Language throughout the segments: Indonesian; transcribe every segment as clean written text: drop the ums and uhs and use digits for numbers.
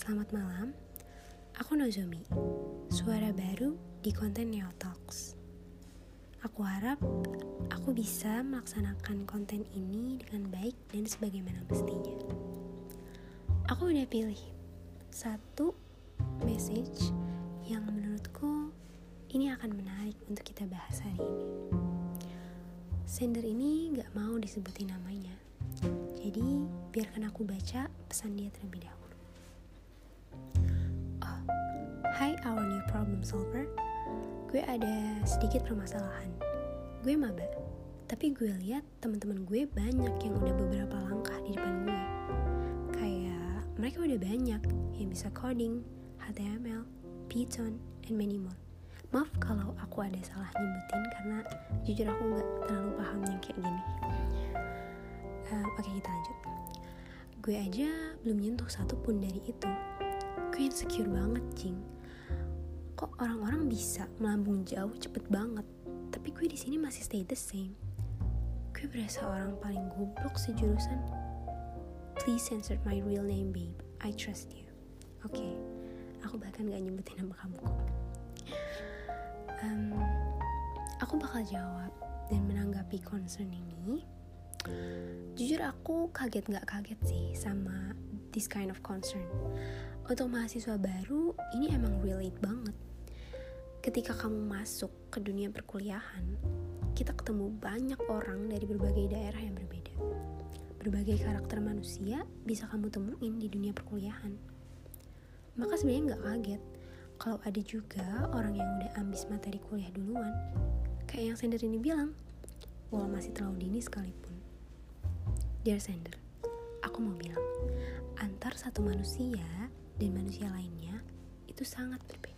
Selamat malam, aku Nozomi, suara baru di konten Neo Talks. Aku harap aku bisa melaksanakan konten ini dengan baik dan sebagaimana mestinya. Aku udah pilih satu message yang menurutku ini akan menarik untuk kita bahas hari ini. Sender ini gak mau disebutin namanya, jadi biarkan aku baca pesan dia terlebih dahulu. Hi our new problem solver. Gue ada sedikit permasalahan. Gue maba, tapi gue lihat teman-teman gue banyak yang udah beberapa langkah di depan gue. Kayak mereka udah banyak yang bisa coding, HTML, Python, and many more. Maaf kalau aku ada salah nyebutin karena jujur aku gak terlalu paham yang kayak gini. Oke, kita lanjut. Gue aja belum nyentuh satu pun dari itu. Gue insecure banget, Cing. Kok orang-orang bisa melambung jauh cepet banget, tapi gue di sini masih stay the same. Gue berasa orang paling goblok sejurusan. Please censor my real name, babe. I trust you. Oke, aku bahkan gak nyebutin nama kamu kok. Aku bakal jawab dan menanggapi concern ini. Jujur aku kaget gak kaget sih sama this kind of concern. Untuk mahasiswa baru, ini emang relate banget. Ketika kamu masuk ke dunia perkuliahan, kita ketemu banyak orang dari berbagai daerah yang berbeda. Berbagai karakter manusia bisa kamu temuin di dunia perkuliahan. Maka sebenarnya gak kaget kalau ada juga orang yang udah ambis materi kuliah duluan. Kayak yang Sender ini bilang, walau masih terlalu dini sekalipun. Dear Sender, aku mau bilang, antar satu manusia dan manusia lainnya itu sangat berbeda.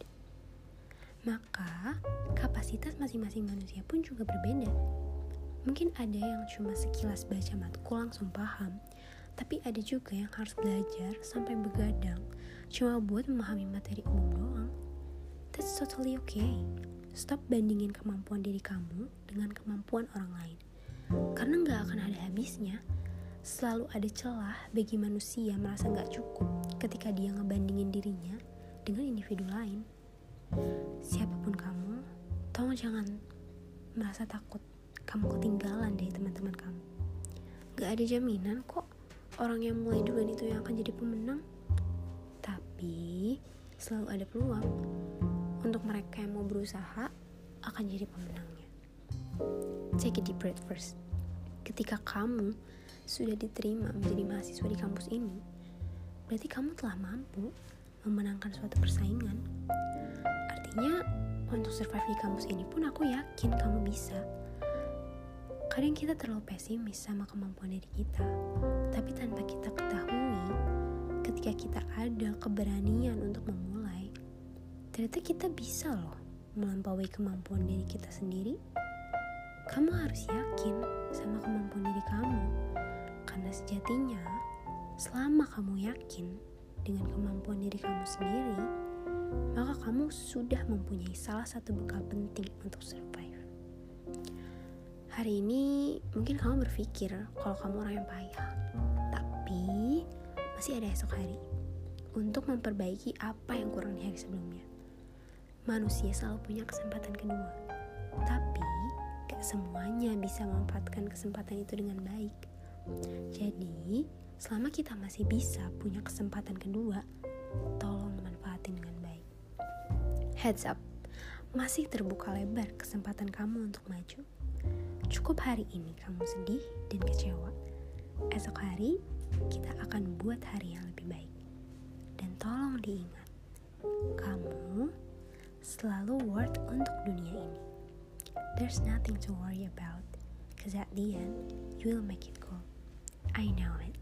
Maka kapasitas masing-masing manusia pun juga berbeda. Mungkin ada yang cuma sekilas baca matkul langsung paham, tapi ada juga yang harus belajar sampai begadang cuma buat memahami materi umum doang. That's totally okay. Stop bandingin kemampuan diri kamu dengan kemampuan orang lain, karena gak akan ada habisnya. Selalu ada celah bagi manusia merasa gak cukup ketika dia ngebandingin dirinya dengan individu lain. Siapapun kamu, tolong jangan merasa takut kamu ketinggalan dari teman-teman kamu. Gak ada jaminan kok orang yang mulai duluan itu yang akan jadi pemenang. Tapi selalu ada peluang untuk mereka yang mau berusaha akan jadi pemenangnya. Take a deep breath first. Ketika kamu sudah diterima menjadi mahasiswa di kampus ini, berarti kamu telah mampu memenangkan suatu persaingan. Artinya, untuk survive di kampus ini pun aku yakin kamu bisa. Kadang kita terlalu pesimis sama kemampuan diri kita, tapi tanpa kita ketahui, ketika kita ada keberanian untuk memulai, ternyata kita bisa loh melampaui kemampuan diri kita sendiri. Kamu harus yakin sama kemampuan diri kamu, karena sejatinya, selama kamu yakin dengan kemampuan diri kamu sendiri, maka kamu sudah mempunyai salah satu bekal penting untuk survive. Hari ini mungkin kamu berpikir kalau kamu orang yang payah, tapi masih ada esok hari untuk memperbaiki apa yang kurang di hari sebelumnya. Manusia selalu punya kesempatan kedua, tapi gak semuanya bisa memanfaatkan kesempatan itu dengan baik. Jadi, selama kita masih bisa punya kesempatan kedua, tolong manfaatin dengan baik. Heads up, masih terbuka lebar kesempatan kamu untuk maju. Cukup hari ini kamu sedih dan kecewa. Esok hari, kita akan buat hari yang lebih baik. Dan tolong diingat, kamu selalu worth untuk dunia ini. There's nothing to worry about, cause at the end, you will make it cool. I know it.